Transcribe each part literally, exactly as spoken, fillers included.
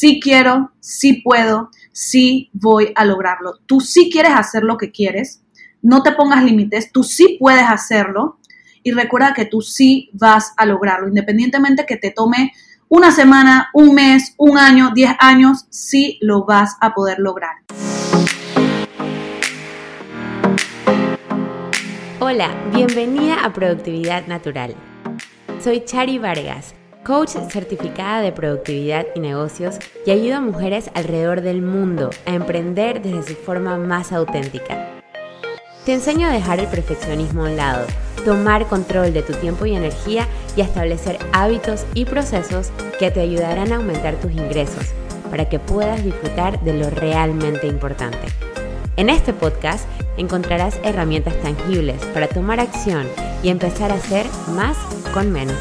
sí quiero, sí puedo, sí voy a lograrlo. Tú sí quieres hacer lo que quieres, no te pongas límites, tú sí puedes hacerlo y recuerda que tú sí vas a lograrlo, independientemente que te tome una semana, un mes, un año, diez años, sí lo vas a poder lograr. Hola, bienvenida a Productividad Natural. Soy Chari Vargas, coach certificada de productividad y negocios y ayudo a mujeres alrededor del mundo a emprender desde su forma más auténtica. Te enseño a dejar el perfeccionismo a un lado, tomar control de tu tiempo y energía y a establecer hábitos y procesos que te ayudarán a aumentar tus ingresos para que puedas disfrutar de lo realmente importante. En este podcast encontrarás herramientas tangibles para tomar acción y empezar a hacer más con menos.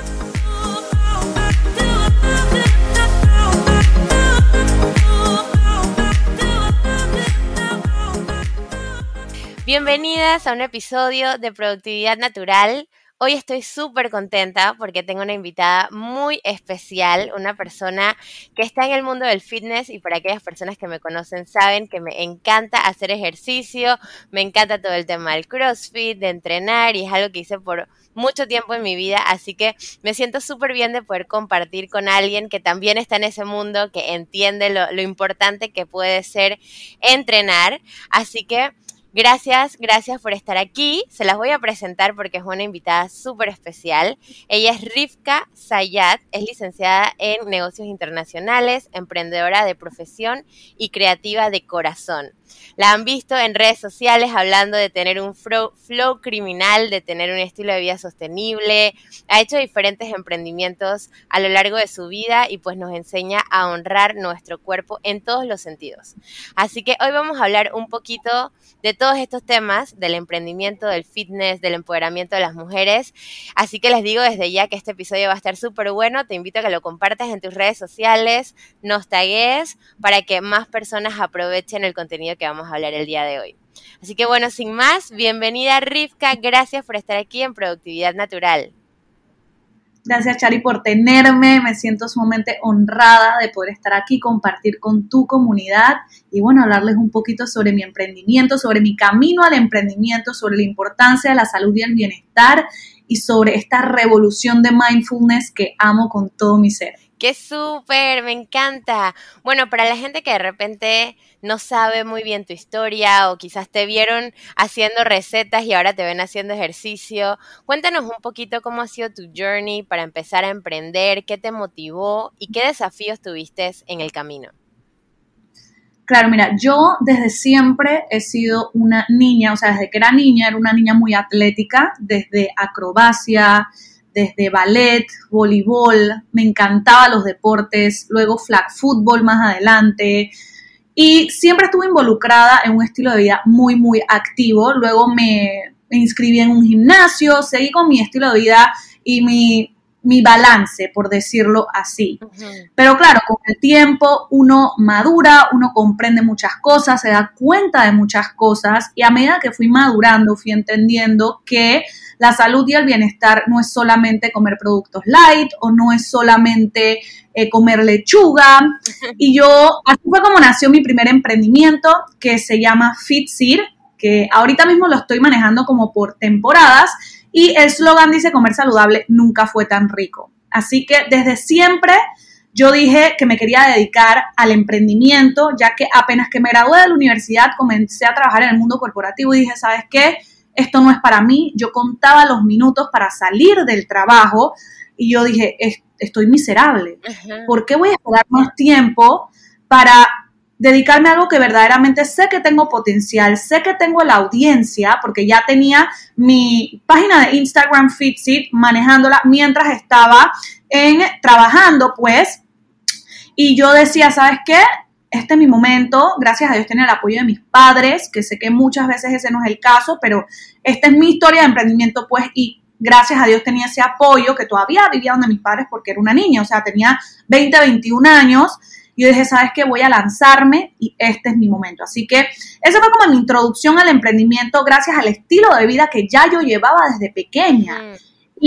Bienvenidas a un episodio de Productividad Natural. Hoy estoy súper contenta porque tengo una invitada muy especial, una persona que está en el mundo del fitness y para aquellas personas que me conocen saben que me encanta hacer ejercicio, me encanta todo el tema del CrossFit, de entrenar y es algo que hice por mucho tiempo en mi vida, así que me siento súper bien de poder compartir con alguien que también está en ese mundo, que entiende lo, lo importante que puede ser entrenar, así que Gracias, gracias por estar aquí. Se las voy a presentar porque es una invitada súper especial. Ella es Rivka Zayat, es licenciada en negocios internacionales, emprendedora de profesión y creativa de corazón. La han visto en redes sociales hablando de tener un flow, flow criminal, de tener un estilo de vida sostenible. Ha hecho diferentes emprendimientos a lo largo de su vida y pues nos enseña a honrar nuestro cuerpo en todos los sentidos. Así que hoy vamos a hablar un poquito de todos estos temas, del emprendimiento, del fitness, del empoderamiento de las mujeres. Así que les digo desde ya que este episodio va a estar súper bueno. Te invito a que lo compartas en tus redes sociales, nos tagues para que más personas aprovechen el contenido que vamos a hablar el día de hoy. Así que bueno, sin más, bienvenida Rivka, gracias por estar aquí en Productividad Natural. Gracias, Chari, por tenerme. Me siento sumamente honrada de poder estar aquí, compartir con tu comunidad y, bueno, hablarles un poquito sobre mi emprendimiento, sobre mi camino al emprendimiento, sobre la importancia de la salud y el bienestar y sobre esta revolución de mindfulness que amo con todo mi ser. ¡Qué súper! Me encanta. Bueno, para la gente que de repente no sabe muy bien tu historia o quizás te vieron haciendo recetas y ahora te ven haciendo ejercicio, cuéntanos un poquito cómo ha sido tu journey para empezar a emprender, qué te motivó y qué desafíos tuviste en el camino. Claro, mira, yo desde siempre he sido una niña, o sea, desde que era niña era una niña muy atlética, desde acrobacia, desde ballet, voleibol, me encantaban los deportes, luego flag football más adelante y siempre estuve involucrada en un estilo de vida muy, muy activo. Luego me, me inscribí en un gimnasio, seguí con mi estilo de vida y mi, mi balance, por decirlo así. Uh-huh. Pero claro, con el tiempo uno madura, uno comprende muchas cosas, se da cuenta de muchas cosas y a medida que fui madurando fui entendiendo que la salud y el bienestar no es solamente comer productos light o no es solamente eh, comer lechuga. Y yo, así fue como nació mi primer emprendimiento que se llama FitSeed, que ahorita mismo lo estoy manejando como por temporadas y el eslogan dice comer saludable nunca fue tan rico. Así que desde siempre yo dije que me quería dedicar al emprendimiento, ya que apenas que me gradué de la universidad comencé a trabajar en el mundo corporativo y dije, ¿sabes qué? Esto no es para mí. Yo contaba los minutos para salir del trabajo y yo dije, estoy miserable. Uh-huh. ¿Por qué voy a esperar más tiempo para dedicarme a algo que verdaderamente sé que tengo potencial, sé que tengo la audiencia, porque ya tenía mi página de Instagram FitSeed manejándola mientras estaba en, trabajando, pues, y yo decía, ¿sabes qué? Este es mi momento, gracias a Dios tenía el apoyo de mis padres, que sé que muchas veces ese no es el caso, pero esta es mi historia de emprendimiento, pues, y gracias a Dios tenía ese apoyo, que todavía vivía donde mis padres porque era una niña, o sea, tenía veinte, veintiún años, y yo dije, ¿sabes qué? Voy a lanzarme y este es mi momento. Así que esa fue como mi introducción al emprendimiento, gracias al estilo de vida que ya yo llevaba desde pequeña. Mm. Y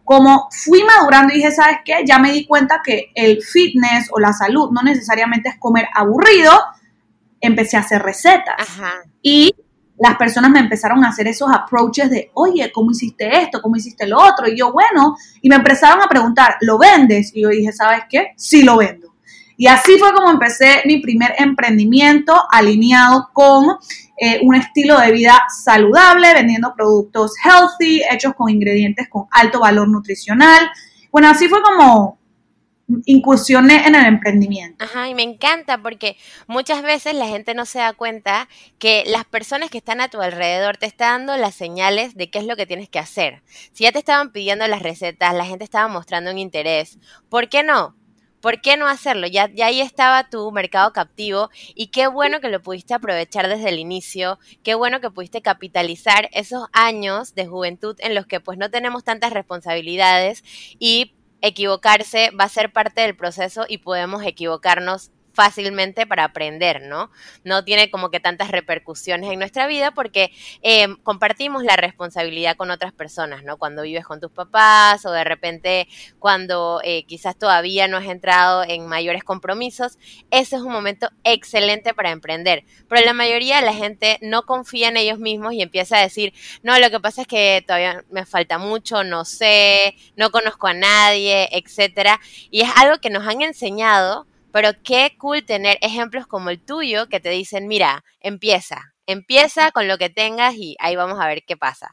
como fui madurando y dije, ¿sabes qué? Ya me di cuenta que el fitness o la salud no necesariamente es comer aburrido, empecé a hacer recetas. Ajá. Y las personas me empezaron a hacer esos approaches de, oye, ¿cómo hiciste esto? ¿Cómo hiciste lo otro? Y yo, bueno, y me empezaron a preguntar, ¿lo vendes? Y yo dije, ¿sabes qué? Sí lo vendo. Y así fue como empecé mi primer emprendimiento alineado con eh, un estilo de vida saludable, vendiendo productos healthy, hechos con ingredientes con alto valor nutricional. Bueno, así fue como incursioné en el emprendimiento. Ajá, y me encanta porque muchas veces la gente no se da cuenta que las personas que están a tu alrededor te están dando las señales de qué es lo que tienes que hacer. Si ya te estaban pidiendo las recetas, la gente estaba mostrando un interés, ¿por qué no? ¿Por qué no hacerlo? Ya, ya ahí estaba tu mercado captivo y qué bueno que lo pudiste aprovechar desde el inicio, qué bueno que pudiste capitalizar esos años de juventud en los que pues no tenemos tantas responsabilidades y equivocarse va a ser parte del proceso y podemos equivocarnos fácilmente para aprender, ¿no? No tiene como que tantas repercusiones en nuestra vida porque eh, compartimos la responsabilidad con otras personas, ¿no? Cuando vives con tus papás o de repente cuando eh, quizás todavía no has entrado en mayores compromisos, ese es un momento excelente para emprender. Pero la mayoría de la gente no confía en ellos mismos y empieza a decir, no, lo que pasa es que todavía me falta mucho, no sé, no conozco a nadie, etcétera. Y es algo que nos han enseñado. Pero qué cool tener ejemplos como el tuyo que te dicen, mira, empieza, empieza con lo que tengas y ahí vamos a ver qué pasa.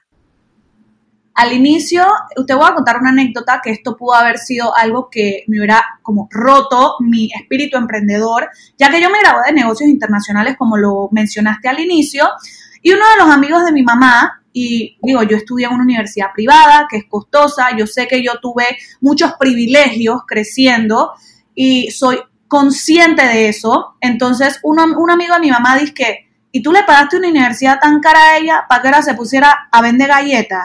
Al inicio, te voy a contar una anécdota que esto pudo haber sido algo que me hubiera como roto mi espíritu emprendedor, ya que yo me gradué de negocios internacionales, como lo mencionaste al inicio, y uno de los amigos de mi mamá, y digo, yo estudié en una universidad privada que es costosa, yo sé que yo tuve muchos privilegios creciendo y soy consciente de eso. Entonces uno, un amigo de mi mamá dice que, ¿y tú le pagaste una universidad tan cara a ella para que ahora se pusiera a vender galletas?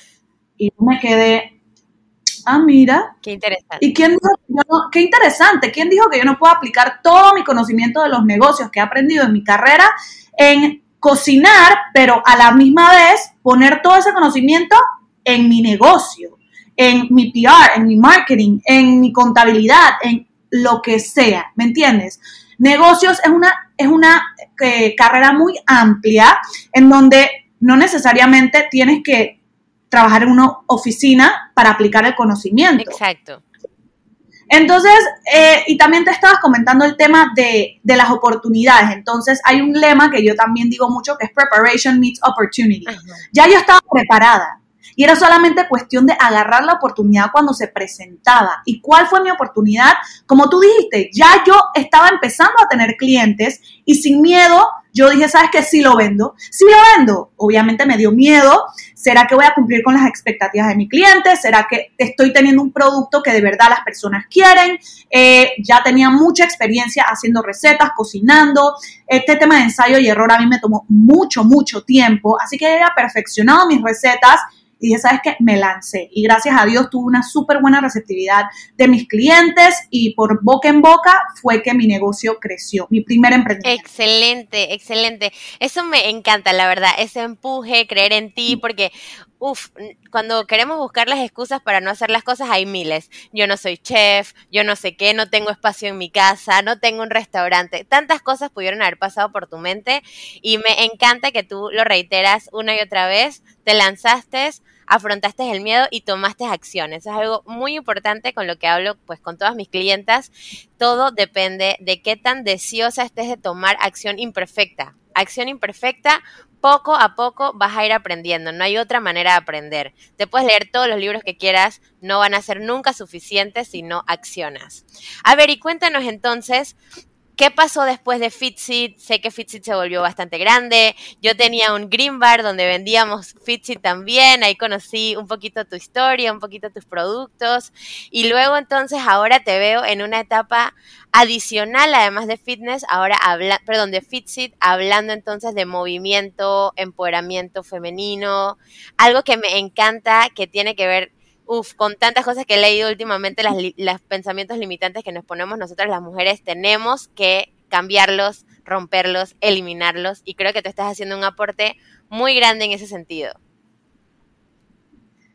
Y yo me quedé, ah, mira. Qué interesante. ¿Y quién dijo que yo no, qué interesante, quién dijo que yo no puedo aplicar todo mi conocimiento de los negocios que he aprendido en mi carrera en cocinar, pero a la misma vez poner todo ese conocimiento en mi negocio, en mi P R, en mi marketing, en mi contabilidad, en lo que sea, ¿me entiendes? Negocios es una, es una eh, carrera muy amplia en donde no necesariamente tienes que trabajar en una oficina para aplicar el conocimiento. Exacto. Entonces, eh, y también te estabas comentando el tema de, de las oportunidades. Entonces, hay un lema que yo también digo mucho que es preparation meets opportunity. Ajá. Ya yo estaba preparada. Y era solamente cuestión de agarrar la oportunidad cuando se presentaba. ¿Y cuál fue mi oportunidad? Como tú dijiste, ya yo estaba empezando a tener clientes y sin miedo yo dije, ¿sabes qué? Sí lo vendo. Sí lo vendo. Obviamente me dio miedo. ¿Será que voy a cumplir con las expectativas de mi cliente? ¿Será que estoy teniendo un producto que de verdad las personas quieren? Eh, ya tenía mucha experiencia haciendo recetas, cocinando. Este tema de ensayo y error a mí me tomó mucho, mucho tiempo. Así que había perfeccionado mis recetas. Y dije, ¿sabes qué? Me lancé. Y gracias a Dios tuve una súper buena receptividad de mis clientes y por boca en boca fue que mi negocio creció. Mi primer emprendimiento. Excelente, excelente. Eso me encanta, la verdad. Ese empuje, creer en ti, porque uf, cuando queremos buscar las excusas para no hacer las cosas hay miles. Yo no soy chef, yo no sé qué, no tengo espacio en mi casa, no tengo un restaurante. Tantas cosas pudieron haber pasado por tu mente y me encanta que tú lo reiteras una y otra vez. Te lanzaste, afrontaste el miedo y tomaste acciones. Eso es algo muy importante con lo que hablo pues con todas mis clientas. Todo depende de qué tan deseosa estés de tomar acción imperfecta. Acción imperfecta, poco a poco vas a ir aprendiendo. No hay otra manera de aprender. Te puedes leer todos los libros que quieras, no van a ser nunca suficientes si no accionas. A ver, y cuéntanos entonces, ¿qué pasó después de Fitseed? Sé que Fitseed se volvió bastante grande. Yo tenía un green bar donde vendíamos Fitseed también. Ahí conocí un poquito tu historia, un poquito tus productos. Y luego entonces ahora te veo en una etapa adicional, además de fitness, ahora habla, perdón, de Fitseed, hablando entonces de movimiento, empoderamiento femenino. Algo que me encanta, que tiene que ver Uf, con tantas cosas que he leído últimamente, las, los pensamientos limitantes que nos ponemos nosotras las mujeres, tenemos que cambiarlos, romperlos, eliminarlos, y creo que tú estás haciendo un aporte muy grande en ese sentido.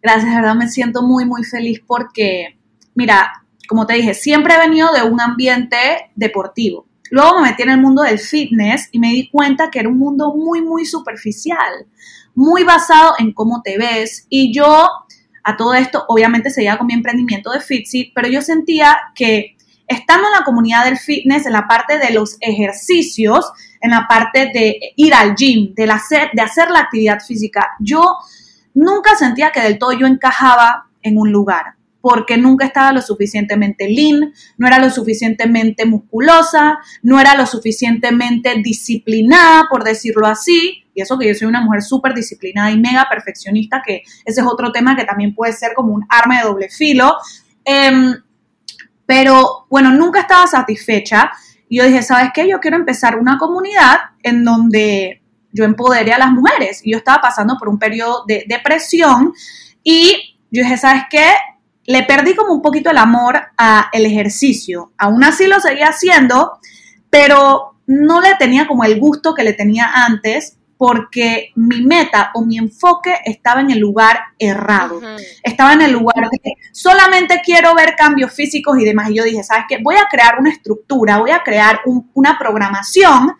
Gracias, de verdad me siento muy, muy feliz porque, mira, como te dije, siempre he venido de un ambiente deportivo. Luego me metí en el mundo del fitness y me di cuenta que era un mundo muy, muy superficial, muy basado en cómo te ves. Y yo, a todo esto, obviamente seguía con mi emprendimiento de Fitzy, pero yo sentía que estando en la comunidad del fitness, en la parte de los ejercicios, en la parte de ir al gym, de hacer, de hacer la actividad física, yo nunca sentía que del todo yo encajaba en un lugar, porque nunca estaba lo suficientemente lean, no era lo suficientemente musculosa, no era lo suficientemente disciplinada, por decirlo así, y eso que yo soy una mujer súper disciplinada y mega perfeccionista, que ese es otro tema que también puede ser como un arma de doble filo, eh, pero bueno, nunca estaba satisfecha, y yo dije, ¿sabes qué? Yo quiero empezar una comunidad en donde yo empodere a las mujeres, y yo estaba pasando por un periodo de depresión, y yo dije, ¿sabes qué? Le perdí como un poquito el amor al ejercicio. Aún así lo seguía haciendo, pero no le tenía como el gusto que le tenía antes, porque mi meta o mi enfoque estaba en el lugar errado. Uh-huh. Estaba en el lugar de que solamente quiero ver cambios físicos y demás. Y yo dije, ¿sabes qué? Voy a crear una estructura, voy a crear un, una programación.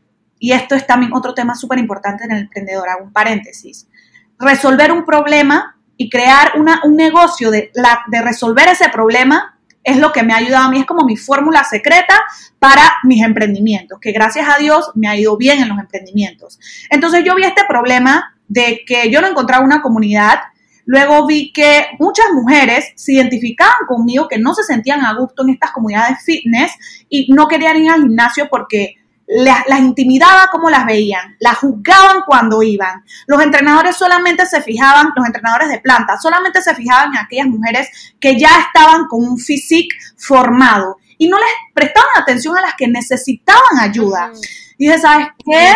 Y esto es también otro tema súper importante en el emprendedor, hago un paréntesis. Resolver un problema y crear una, un negocio de, la, de resolver ese problema es lo que me ha ayudado a mí, es como mi fórmula secreta para mis emprendimientos, que gracias a Dios me ha ido bien en los emprendimientos. Entonces yo vi este problema de que yo no encontraba una comunidad, luego vi que muchas mujeres se identificaban conmigo, que no se sentían a gusto en estas comunidades fitness y no querían ir al gimnasio porque las, las intimidaba cómo las veían, las juzgaban cuando iban. Los entrenadores solamente se fijaban, los entrenadores de planta, solamente se fijaban en aquellas mujeres que ya estaban con un physique formado y no les prestaban atención a las que necesitaban ayuda. Uh-huh. Y dije, ¿sabes qué?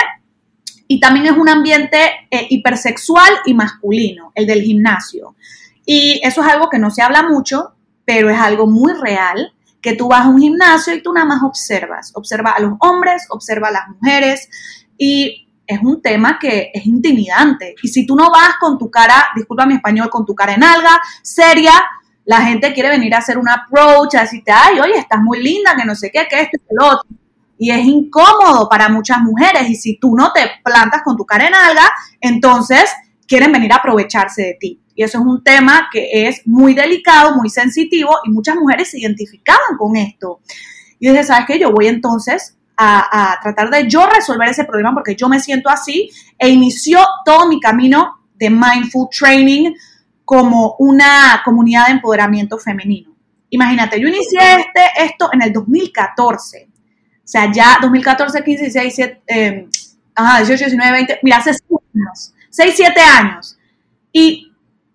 Y también es un ambiente eh, hipersexual y masculino, el del gimnasio. Y eso es algo que no se habla mucho, pero es algo muy real, que tú vas a un gimnasio y tú nada más observas. Observa a los hombres, observa a las mujeres y es un tema que es intimidante. Y si tú no vas con tu cara, disculpa mi español, con tu cara en alga, seria, la gente quiere venir a hacer un approach, a decirte, ay, oye, estás muy linda, que no sé qué, que esto y que lo otro. Y es incómodo para muchas mujeres y si tú no te plantas con tu cara en alga, entonces quieren venir a aprovecharse de ti. Y eso es un tema que es muy delicado, muy sensitivo y muchas mujeres se identificaban con esto. Y dije, ¿sabes qué? Yo voy entonces a, a tratar de yo resolver ese problema porque yo me siento así e inició todo mi camino de Mindful Training como una comunidad de empoderamiento femenino. Imagínate, yo inicié este, esto en el dos mil catorce. O sea, ya dos mil catorce, quince, dieciséis, diecisiete, eh, ajá, dieciocho, diecinueve, veinte, mira, hace seis años, seis, siete años. Y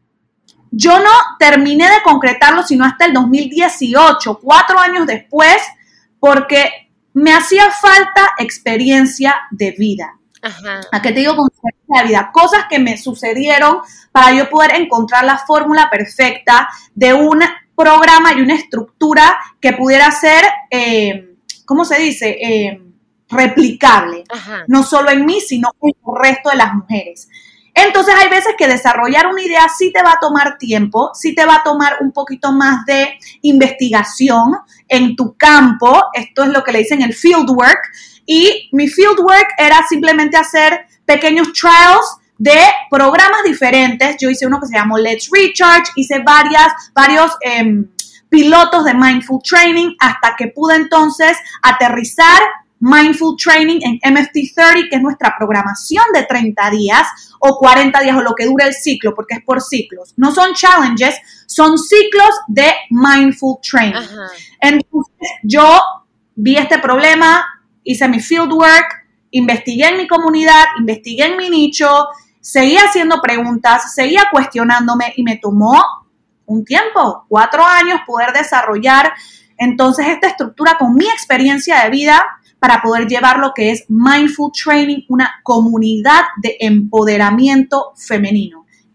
yo no terminé de concretarlo sino hasta el dos mil dieciocho, cuatro años después, porque me hacía falta experiencia de vida. Ajá. ¿A qué te digo con experiencia de vida? Cosas que me sucedieron para yo poder encontrar la fórmula perfecta de un programa y una estructura que pudiera ser, eh, ¿cómo se dice? Eh, replicable. Ajá. No solo en mí, sino en el resto de las mujeres. Entonces hay veces que desarrollar una idea sí te va a tomar tiempo, sí te va a tomar un poquito más de investigación en tu campo. Esto es lo que le dicen el field work. Y mi field work era simplemente hacer pequeños trials de programas diferentes. Yo hice uno que se llamó Let's Recharge, hice varias, varios eh, pilotos de Mindful Training hasta que pude entonces aterrizar Mindful Training en M F T treinta, que es nuestra programación de treinta días o cuarenta días o lo que dure el ciclo, porque es por ciclos. No son challenges, son ciclos de Mindful Training. Ajá. Entonces, yo vi este problema, hice mi field work, investigué en mi comunidad, investigué en mi nicho, seguía haciendo preguntas, seguía cuestionándome y me tomó un tiempo, cuatro años, poder desarrollar entonces esta estructura con mi experiencia de vida para poder llevar lo que es Mindful Training, una comunidad de empoderamiento femenino,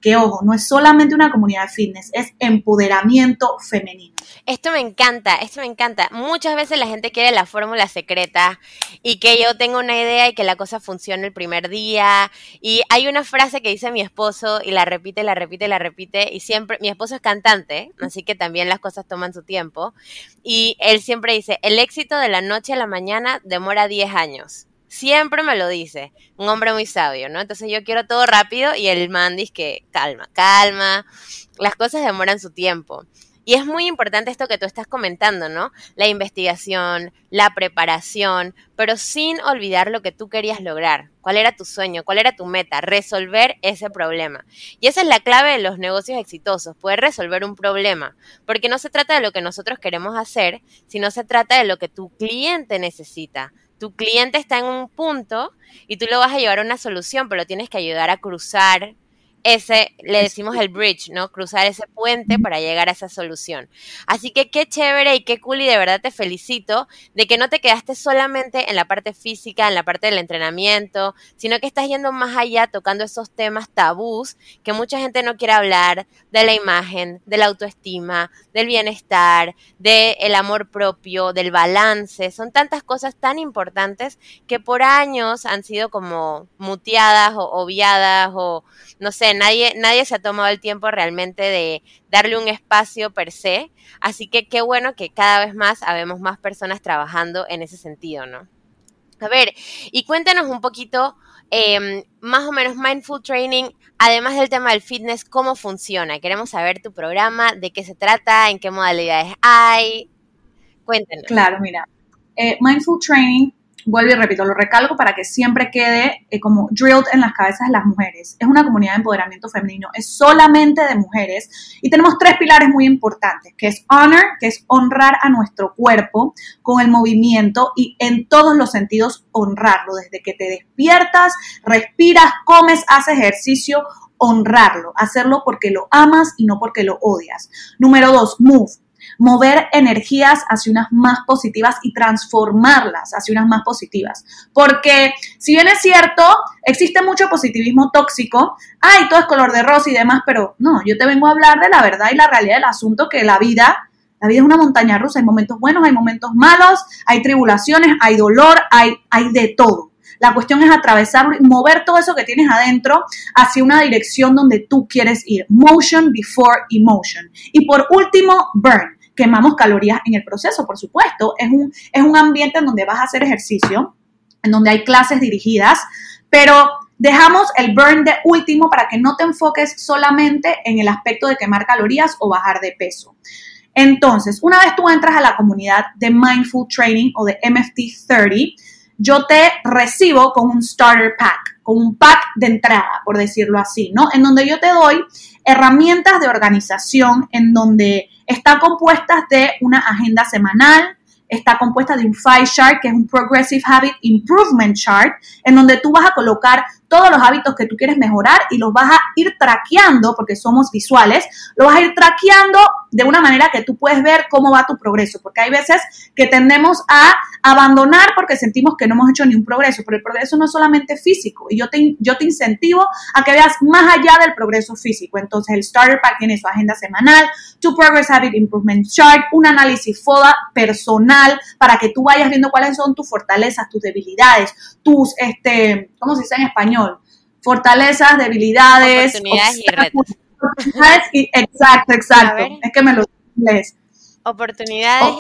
que, ojo, no es solamente una comunidad de fitness, es empoderamiento femenino. Esto me encanta, esto me encanta. Muchas veces la gente quiere la fórmula secreta y que yo tenga una idea y que la cosa funcione el primer día. Y hay una frase que dice mi esposo y la repite, la repite, la repite. Y siempre, mi esposo es cantante, así que también las cosas toman su tiempo. Y él siempre dice, el éxito de la noche a la mañana demora diez años. Siempre me lo dice, un hombre muy sabio, ¿no? Entonces yo quiero todo rápido y el man dice que calma, calma, las cosas demoran su tiempo. Y es muy importante esto que tú estás comentando, ¿no? La investigación, la preparación, pero sin olvidar lo que tú querías lograr. ¿Cuál era tu sueño? ¿Cuál era tu meta? Resolver ese problema. Y esa es la clave de los negocios exitosos, poder resolver un problema. Porque no se trata de lo que nosotros queremos hacer, sino se trata de lo que tu cliente necesita. Tu cliente está en un punto y tú lo vas a llevar a una solución, pero tienes que ayudar a cruzar ese, le decimos el bridge, ¿no? Cruzar ese puente para llegar a esa solución. Así que qué chévere y qué cool, y de verdad te felicito de que no te quedaste solamente en la parte física, en la parte del entrenamiento, sino que estás yendo más allá, tocando esos temas tabús que mucha gente no quiere hablar, de la imagen, de la autoestima, del bienestar, del amor propio, del balance. Son tantas cosas tan importantes que por años han sido como muteadas o obviadas o no sé, nadie, nadie se ha tomado el tiempo realmente de darle un espacio per se, así que qué bueno que cada vez más habemos más personas trabajando en ese sentido, ¿no? A ver, y cuéntanos un poquito, eh, más o menos Mindful Training, además del tema del fitness, ¿cómo funciona? Queremos saber tu programa, de qué se trata, en qué modalidades hay, cuéntanos. Claro, mira, eh, Mindful Training, vuelvo y repito, lo recalco para que siempre quede eh, como drilled en las cabezas de las mujeres. Es una comunidad de empoderamiento femenino, es solamente de mujeres y tenemos tres pilares muy importantes, que es honor, que es honrar a nuestro cuerpo con el movimiento y en todos los sentidos honrarlo, desde que te despiertas, respiras, comes, haces ejercicio, honrarlo, hacerlo porque lo amas y no porque lo odias. Número dos, move. Mover energías hacia unas más positivas y transformarlas hacia unas más positivas. Porque si bien es cierto, existe mucho positivismo tóxico, ay, todo es color de rosa y demás, pero no, yo te vengo a hablar de la verdad y la realidad del asunto, que la vida, la vida es una montaña rusa, hay momentos buenos, hay momentos malos, hay tribulaciones, hay dolor, hay, hay de todo. La cuestión es atravesarlo y mover todo eso que tienes adentro hacia una dirección donde tú quieres ir. Motion before emotion. Y por último, burn. Quemamos calorías en el proceso, por supuesto. Es un, es un ambiente en donde vas a hacer ejercicio, en donde hay clases dirigidas, pero dejamos el burn de último para que no te enfoques solamente en el aspecto de quemar calorías o bajar de peso. Entonces, una vez tú entras a la comunidad de Mindful Training o de M F T treinta, yo te recibo con un starter pack, con un pack de entrada, por decirlo así, ¿no? En donde yo te doy herramientas de organización, en donde está compuesta de una agenda semanal, está compuesta de un five chart, que es un Progressive Habit Improvement Chart, en donde tú vas a colocar todos los hábitos que tú quieres mejorar y los vas a ir traqueando, porque somos visuales, lo vas a ir traqueando de una manera que tú puedes ver cómo va tu progreso, porque hay veces que tendemos a abandonar porque sentimos que no hemos hecho ni un progreso, pero el progreso no es solamente físico, y yo te, yo te incentivo a que veas más allá del progreso físico. Entonces el Starter Pack tiene su agenda semanal, tu Progressive Habit Improvement Chart, un análisis FODA personal para que tú vayas viendo cuáles son tus fortalezas, tus debilidades, tus, este, ¿cómo se dice en español? Fortalezas, debilidades, oportunidades y retos. Oportunidades y, exacto, exacto. Es que me lo lees. Oportunidades oh.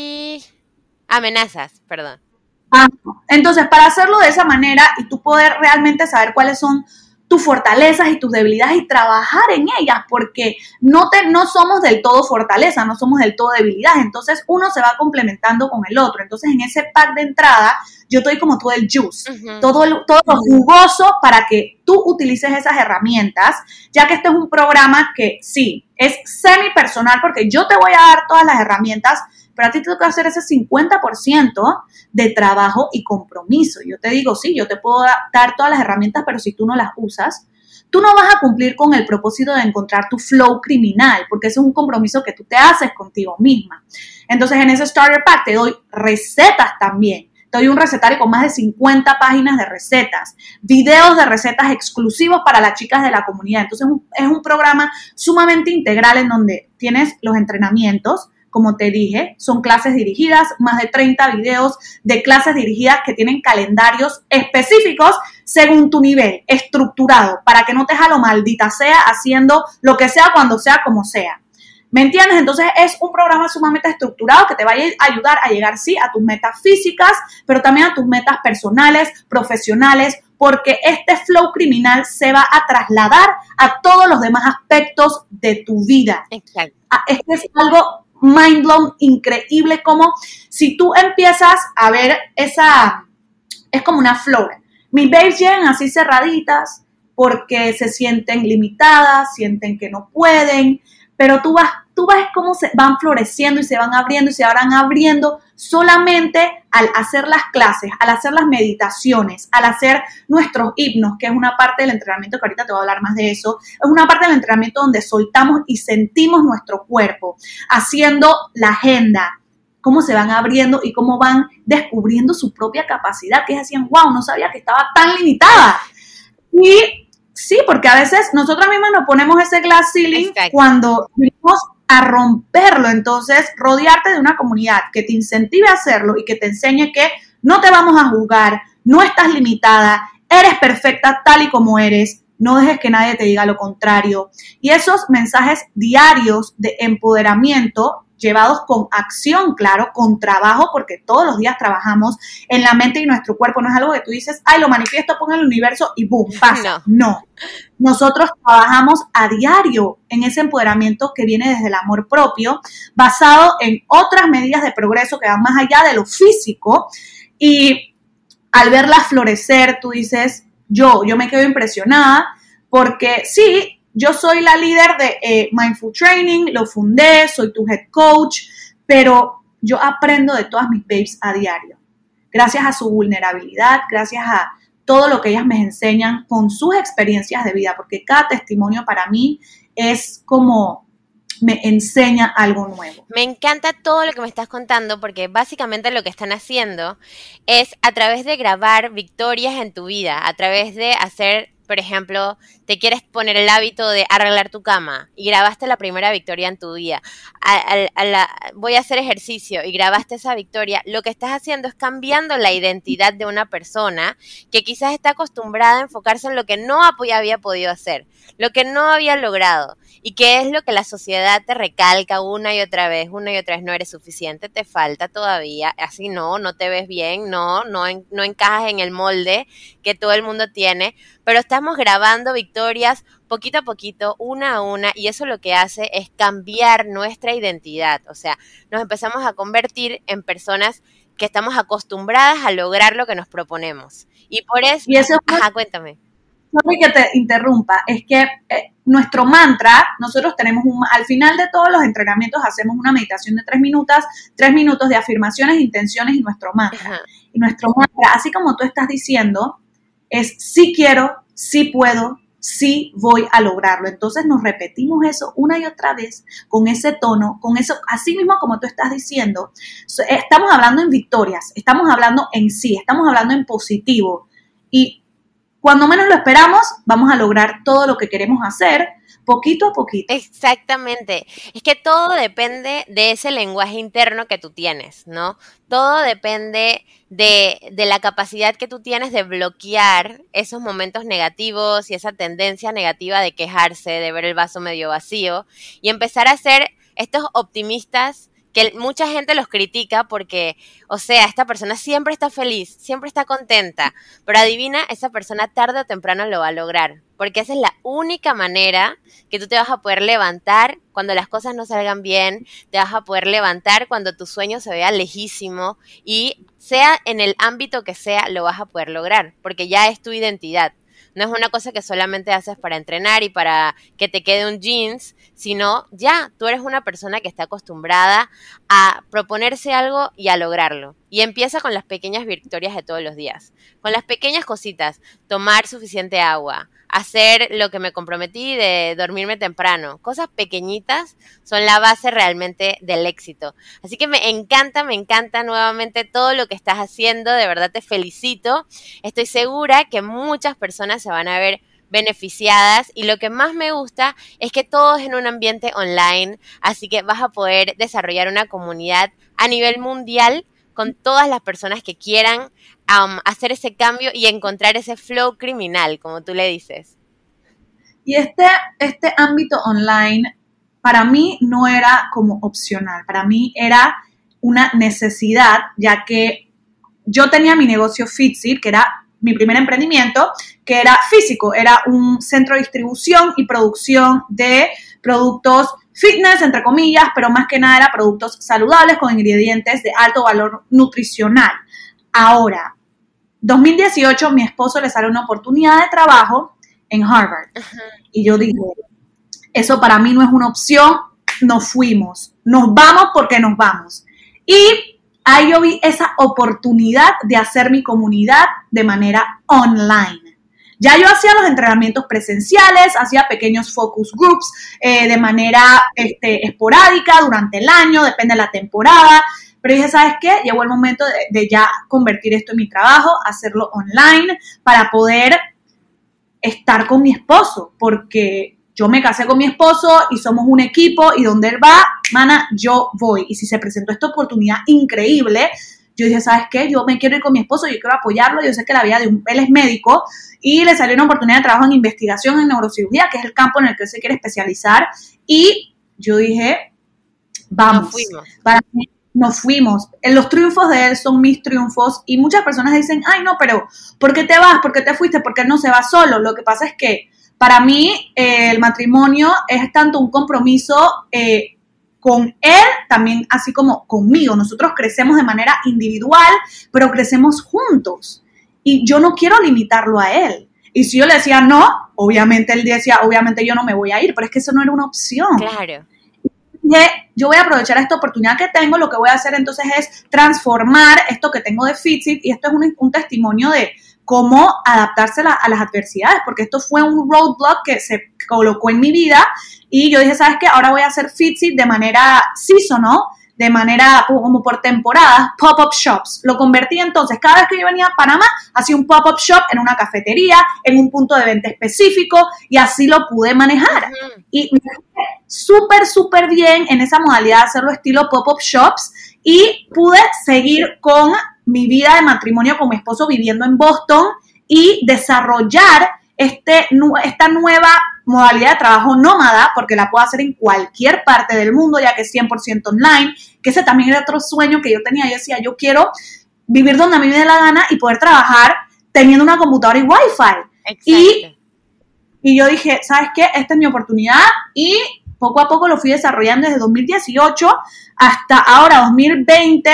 y amenazas, perdón. Ah, entonces, para hacerlo de esa manera y tú poder realmente saber cuáles son tus fortalezas y tus debilidades y trabajar en ellas, porque no, te, no somos del todo fortaleza, no somos del todo debilidad, entonces uno se va complementando con el otro. Entonces en ese pack de entrada yo te doy como todo el juice, uh-huh. todo, el, todo lo jugoso para que tú utilices esas herramientas, ya que este es un programa que sí, es semi personal, porque yo te voy a dar todas las herramientas, pero a ti te toca hacer ese cincuenta por ciento de trabajo y compromiso. Yo te digo, sí, yo te puedo dar todas las herramientas, pero si tú no las usas, tú no vas a cumplir con el propósito de encontrar tu flow criminal, porque ese es un compromiso que tú te haces contigo misma. Entonces, en ese Starter Pack te doy recetas también. Te doy un recetario con más de cincuenta páginas de recetas, videos de recetas exclusivos para las chicas de la comunidad. Entonces es un programa sumamente integral en donde tienes los entrenamientos, como te dije, son clases dirigidas, más de treinta videos de clases dirigidas que tienen calendarios específicos según tu nivel, estructurado, para que no te jalo maldita sea haciendo lo que sea, cuando sea, como sea. ¿Me entiendes? Entonces es un programa sumamente estructurado que te va a ayudar a llegar, sí, a tus metas físicas, pero también a tus metas personales, profesionales, porque este flow criminal se va a trasladar a todos los demás aspectos de tu vida. Exacto. Es que es algo mind blown, increíble, como si tú empiezas a ver esa, es como una flor. Mis babes llegan así cerraditas porque se sienten limitadas, sienten que no pueden, pero tú vas Tú ves cómo se van floreciendo y se van abriendo y se van abriendo solamente al hacer las clases, al hacer las meditaciones, al hacer nuestros himnos, que es una parte del entrenamiento, que ahorita te voy a hablar más de eso, es una parte del entrenamiento donde soltamos y sentimos nuestro cuerpo, haciendo la agenda, cómo se van abriendo y cómo van descubriendo su propia capacidad, que decían, wow, no sabía que estaba tan limitada. Y sí, porque a veces nosotras mismas nos ponemos ese glass ceiling. Exacto. Cuando venimos a romperlo. Entonces, rodearte de una comunidad que te incentive a hacerlo y que te enseñe que no te vamos a juzgar, no estás limitada, eres perfecta tal y como eres, no dejes que nadie te diga lo contrario. Y esos mensajes diarios de empoderamiento llevados con acción, claro, con trabajo, porque todos los días trabajamos en la mente y nuestro cuerpo. No es algo que tú dices, ay, lo manifiesto, pongo en el universo y boom, pasa. No. no. Nosotros trabajamos a diario en ese empoderamiento que viene desde el amor propio, basado en otras medidas de progreso que van más allá de lo físico. Y al verlas florecer, tú dices, yo, yo me quedo impresionada, porque sí, yo soy la líder de eh, Mindful Training, lo fundé, soy tu head coach, pero yo aprendo de todas mis babes a diario. Gracias a su vulnerabilidad, gracias a todo lo que ellas me enseñan con sus experiencias de vida, porque cada testimonio para mí es como me enseña algo nuevo. Me encanta todo lo que me estás contando, porque básicamente lo que están haciendo es a través de grabar victorias en tu vida, a través de hacer... Por ejemplo, te quieres poner el hábito de arreglar tu cama y grabaste la primera victoria en tu día. A, a, a la, voy a hacer ejercicio y grabaste esa victoria. Lo que estás haciendo es cambiando la identidad de una persona que quizás está acostumbrada a enfocarse en lo que no había podido hacer, lo que no había logrado, y que es lo que la sociedad te recalca una y otra vez, una y otra vez: no eres suficiente, te falta todavía, así no, no te ves bien, no, no, en, no encajas en el molde que todo el mundo tiene. Pero estamos grabando victorias poquito a poquito, una a una, y eso lo que hace es cambiar nuestra identidad. O sea, nos empezamos a convertir en personas que estamos acostumbradas a lograr lo que nos proponemos. Y por eso... Y eso ajá, cuéntame. Sorry que te interrumpa, es que eh, nuestro mantra, nosotros tenemos un, al final de todos los entrenamientos hacemos una meditación de tres minutos, tres minutos de afirmaciones, intenciones y nuestro mantra. Ajá. Y nuestro mantra, así como tú estás diciendo, es sí quiero, sí puedo, sí voy a lograrlo. Entonces nos repetimos eso una y otra vez con ese tono, con eso, así mismo como tú estás diciendo. Estamos hablando en victorias, estamos hablando en sí, estamos hablando en positivo. Y cuando menos lo esperamos, vamos a lograr todo lo que queremos hacer, poquito a poquito. Exactamente. Es que todo depende de ese lenguaje interno que tú tienes, ¿no? Todo depende de, de la capacidad que tú tienes de bloquear esos momentos negativos y esa tendencia negativa de quejarse, de ver el vaso medio vacío, y empezar a ser estos optimistas que mucha gente los critica porque, o sea, esta persona siempre está feliz, siempre está contenta, pero adivina, esa persona tarde o temprano lo va a lograr, porque esa es la única manera que tú te vas a poder levantar cuando las cosas no salgan bien, te vas a poder levantar cuando tu sueño se vea lejísimo, y sea en el ámbito que sea, lo vas a poder lograr, porque ya es tu identidad. No es una cosa que solamente haces para entrenar y para que te quede un jeans, sino ya, tú eres una persona que está acostumbrada a proponerse algo y a lograrlo. Y empieza con las pequeñas victorias de todos los días, con las pequeñas cositas, tomar suficiente agua, hacer lo que me comprometí de dormirme temprano. Cosas pequeñitas son la base realmente del éxito. Así que me encanta, me encanta nuevamente todo lo que estás haciendo. De verdad te felicito. Estoy segura que muchas personas se van a ver beneficiadas y lo que más me gusta es que todo es en un ambiente online, así que vas a poder desarrollar una comunidad a nivel mundial con todas las personas que quieran um, hacer ese cambio y encontrar ese flow criminal, como tú le dices. Y este, este ámbito online para mí no era como opcional, para mí era una necesidad, ya que yo tenía mi negocio Fitzy, que era mi primer emprendimiento, que era físico, era un centro de distribución y producción de productos fitness, entre comillas, pero más que nada era productos saludables con ingredientes de alto valor nutricional. Ahora, dos mil dieciocho, mi esposo le sale una oportunidad de trabajo en Harvard. Uh-huh. Y yo dije, eso para mí no es una opción, nos fuimos, nos vamos porque nos vamos. Y ahí yo vi esa oportunidad de hacer mi comunidad de manera online. Ya yo hacía los entrenamientos presenciales, hacía pequeños focus groups eh, de manera este, esporádica durante el año, depende de la temporada, pero dije, ¿sabes qué? Llegó el momento de, de ya convertir esto en mi trabajo, hacerlo online para poder estar con mi esposo, porque yo me casé con mi esposo y somos un equipo y donde él va, mana, yo voy. Y si se presentó esta oportunidad increíble, yo dije, ¿sabes qué? Yo me quiero ir con mi esposo, yo quiero apoyarlo, yo sé que la vida de un, él es médico y le salió una oportunidad de trabajo en investigación en neurocirugía, que es el campo en el que él se quiere especializar. Y yo dije, vamos. Nos fuimos. Para mí, nos fuimos. Los triunfos de él son mis triunfos y muchas personas dicen, ay, no, pero ¿por qué te vas? ¿Por qué te fuiste? ¿Por qué él no se va solo? Lo que pasa es que para mí eh, el matrimonio es tanto un compromiso eh, con él, también así como conmigo. Nosotros crecemos de manera individual, pero crecemos juntos. Y yo no quiero limitarlo a él. Y si yo le decía no, obviamente él decía, obviamente yo no me voy a ir, pero es que eso no era una opción. Claro. Dije, yo voy a aprovechar esta oportunidad que tengo, lo que voy a hacer entonces es transformar esto que tengo de Fitzy, y esto es un, un testimonio de cómo adaptarse la, a las adversidades, porque esto fue un roadblock que se colocó en mi vida y yo dije, ¿sabes qué? Ahora voy a hacer Fitzy de manera seasonal, de manera como por temporadas, pop-up shops. Lo convertí entonces, cada vez que yo venía a Panamá, hacía un pop-up shop en una cafetería, en un punto de venta específico y así lo pude manejar. Uh-huh. Y me fue súper, súper bien en esa modalidad de hacerlo estilo pop-up shops y pude seguir con mi vida de matrimonio con mi esposo viviendo en Boston y desarrollar este, esta nueva modalidad de trabajo nómada, porque la puedo hacer en cualquier parte del mundo, ya que es cien por ciento online, que ese también era otro sueño que yo tenía. Yo decía, yo quiero vivir donde a mí me dé la gana y poder trabajar teniendo una computadora y wifi. Y, y yo dije, ¿sabes qué? Esta es mi oportunidad y poco a poco lo fui desarrollando desde dos mil dieciocho hasta ahora, dos mil veinte,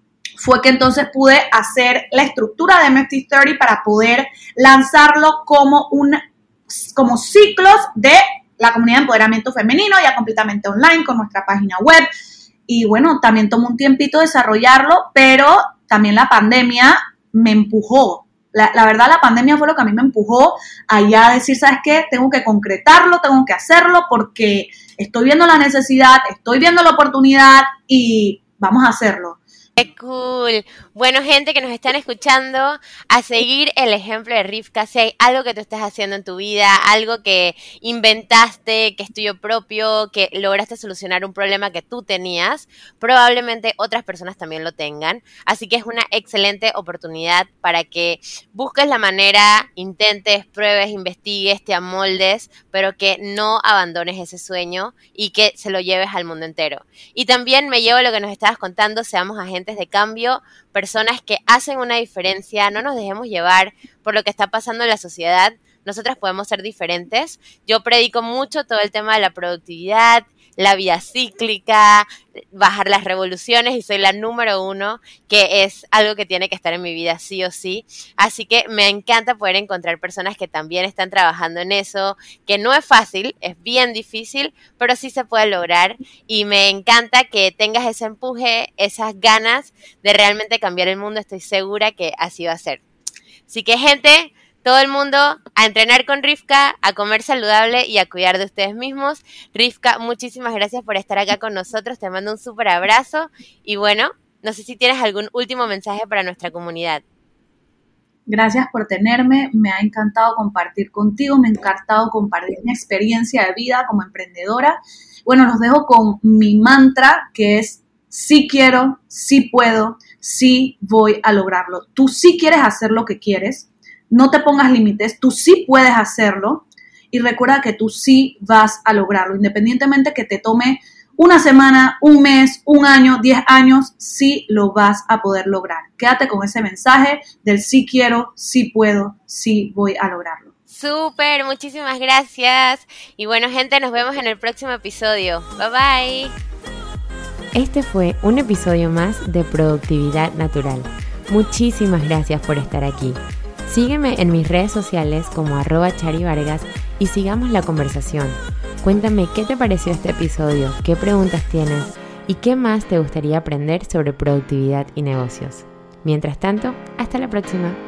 fue que entonces pude hacer la estructura de M F T treinta para poder lanzarlo como un como ciclos de la comunidad de empoderamiento femenino, ya completamente online con nuestra página web. Y bueno, también tomó un tiempito desarrollarlo, pero también la pandemia me empujó. La, la verdad, la pandemia fue lo que a mí me empujó allá a decir, ¿sabes qué? Tengo que concretarlo, tengo que hacerlo porque estoy viendo la necesidad, estoy viendo la oportunidad y vamos a hacerlo. ¡Qué cool! Bueno, gente que nos están escuchando, a seguir el ejemplo de Rivka. Si hay algo que tú estás haciendo en tu vida, algo que inventaste, que es tuyo propio, que lograste solucionar un problema que tú tenías, probablemente otras personas también lo tengan. Así que es una excelente oportunidad para que busques la manera, intentes, pruebes, investigues, te amoldes, pero que no abandones ese sueño y que se lo lleves al mundo entero. Y también me llevo lo que nos estabas contando, seamos agentes de cambio, personas que hacen una diferencia, no nos dejemos llevar por lo que está pasando en la sociedad, nosotras podemos ser diferentes. Yo predico mucho todo el tema de la productividad, la vida cíclica, bajar las revoluciones y soy la número uno, que es algo que tiene que estar en mi vida sí o sí. Así que me encanta poder encontrar personas que también están trabajando en eso, que no es fácil, es bien difícil, pero sí se puede lograr y me encanta que tengas ese empuje, esas ganas de realmente cambiar el mundo. Estoy segura que así va a ser. Así que, gente, todo el mundo a entrenar con Rivka, a comer saludable y a cuidar de ustedes mismos. Rivka, muchísimas gracias por estar acá con nosotros. Te mando un súper abrazo. Y bueno, no sé si tienes algún último mensaje para nuestra comunidad. Gracias por tenerme. Me ha encantado compartir contigo. Me ha encantado compartir mi experiencia de vida como emprendedora. Bueno, los dejo con mi mantra, que es sí quiero, sí puedo, sí voy a lograrlo. Tú sí quieres hacer lo que quieres. No te pongas límites, tú sí puedes hacerlo y recuerda que tú sí vas a lograrlo, independientemente que te tome una semana, un mes, un año, diez años, sí lo vas a poder lograr. Quédate con ese mensaje del sí quiero, sí puedo, sí voy a lograrlo. Súper, muchísimas gracias. Y bueno, gente, nos vemos en el próximo episodio. Bye bye. Este fue un episodio más de Productividad Natural. Muchísimas gracias por estar aquí. Sígueme en mis redes sociales como arroba charivargas y sigamos la conversación. Cuéntame qué te pareció este episodio, qué preguntas tienes y qué más te gustaría aprender sobre productividad y negocios. Mientras tanto, hasta la próxima.